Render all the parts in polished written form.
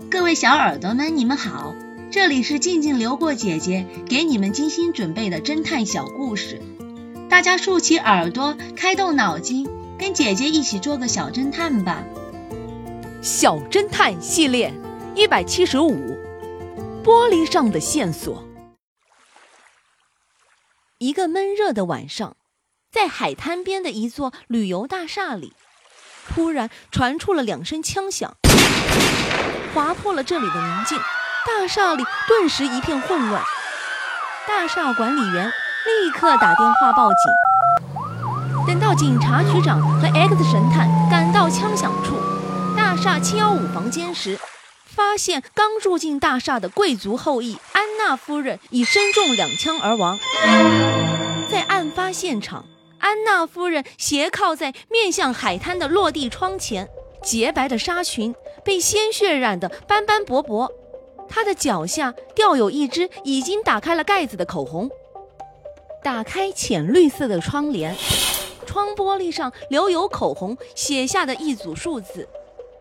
各位小耳朵们，你们好，这里是静静流过姐姐给你们精心准备的侦探小故事，大家竖起耳朵，开动脑筋，跟姐姐一起做个小侦探吧。 小侦探系列175，玻璃上的线索。一个闷热的晚上，在海滩边的一座旅游大厦里，突然传出了2声枪响，划破了这里的宁静，大厦里顿时一片混乱。大厦管理员立刻打电话报警。等到警察局长和 X 神探赶到枪响处，大厦715房间时，发现刚住进大厦的贵族后裔安娜夫人已身中2枪而亡。在案发现场，安娜夫人斜靠在面向海滩的落地窗前，洁白的纱裙被鲜血染得斑斑驳驳，她的脚下吊有一支已经打开了盖子的口红。打开浅绿色的窗帘，窗玻璃上留有口红写下的一组数字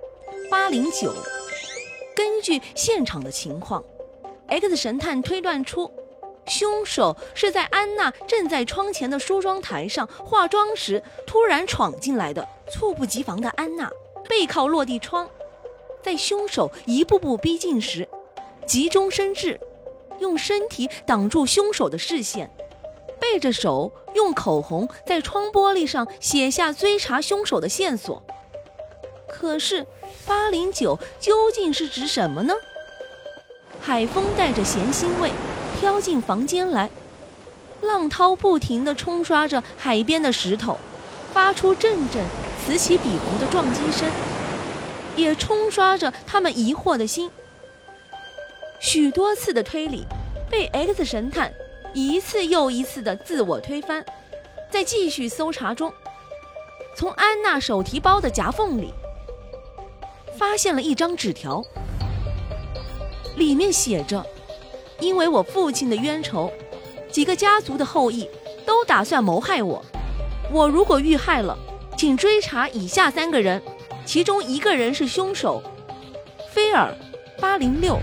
809。根据现场的情况， X 神探推断出凶手是在安娜正在窗前的梳妆台上化妆时突然闯进来的。猝不及防的安娜背靠落地窗，在凶手一步步逼近时急中生智，用身体挡住凶手的视线，背着手用口红在窗玻璃上写下追查凶手的线索。可是809究竟是指什么呢？海风带着咸腥味飘进房间来，浪涛不停地冲刷着海边的石头，发出阵阵此起彼伏的撞击声，也冲刷着他们疑惑的心。许多次的推理被 X 神探一次又一次的自我推翻。在继续搜查中，从安娜手提包的夹缝里发现了一张纸条，里面写着：因为我父亲的冤仇，几个家族的后裔都打算谋害我，我如果遇害了，请追查以下3个人，其中1个人是凶手：菲尔806，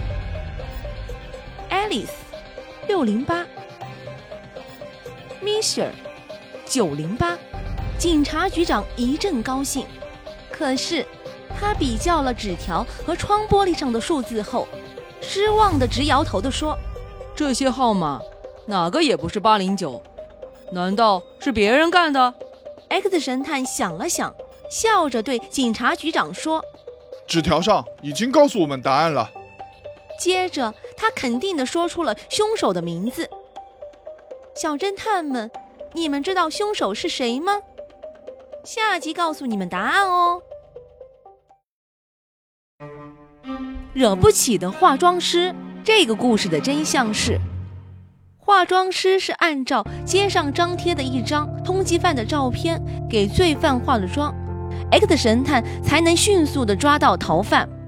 Alice 608， Misher 908。警察局长一阵高兴，可是他比较了纸条和窗玻璃上的数字后，失望地直摇头地说： 这些号码哪个也不是809，难道是别人干的？ X 神探想了想，笑着对警察局长说： 纸条上已经告诉我们答案了。 接着他肯定地说出了凶手的名字。小侦探们，你们知道凶手是谁吗？下集告诉你们答案哦。惹不起的化妆师。这个故事的真相是，化妆师是按照街上张贴的一张通缉犯的照片给罪犯化了妆， X 神探才能迅速地抓到逃犯。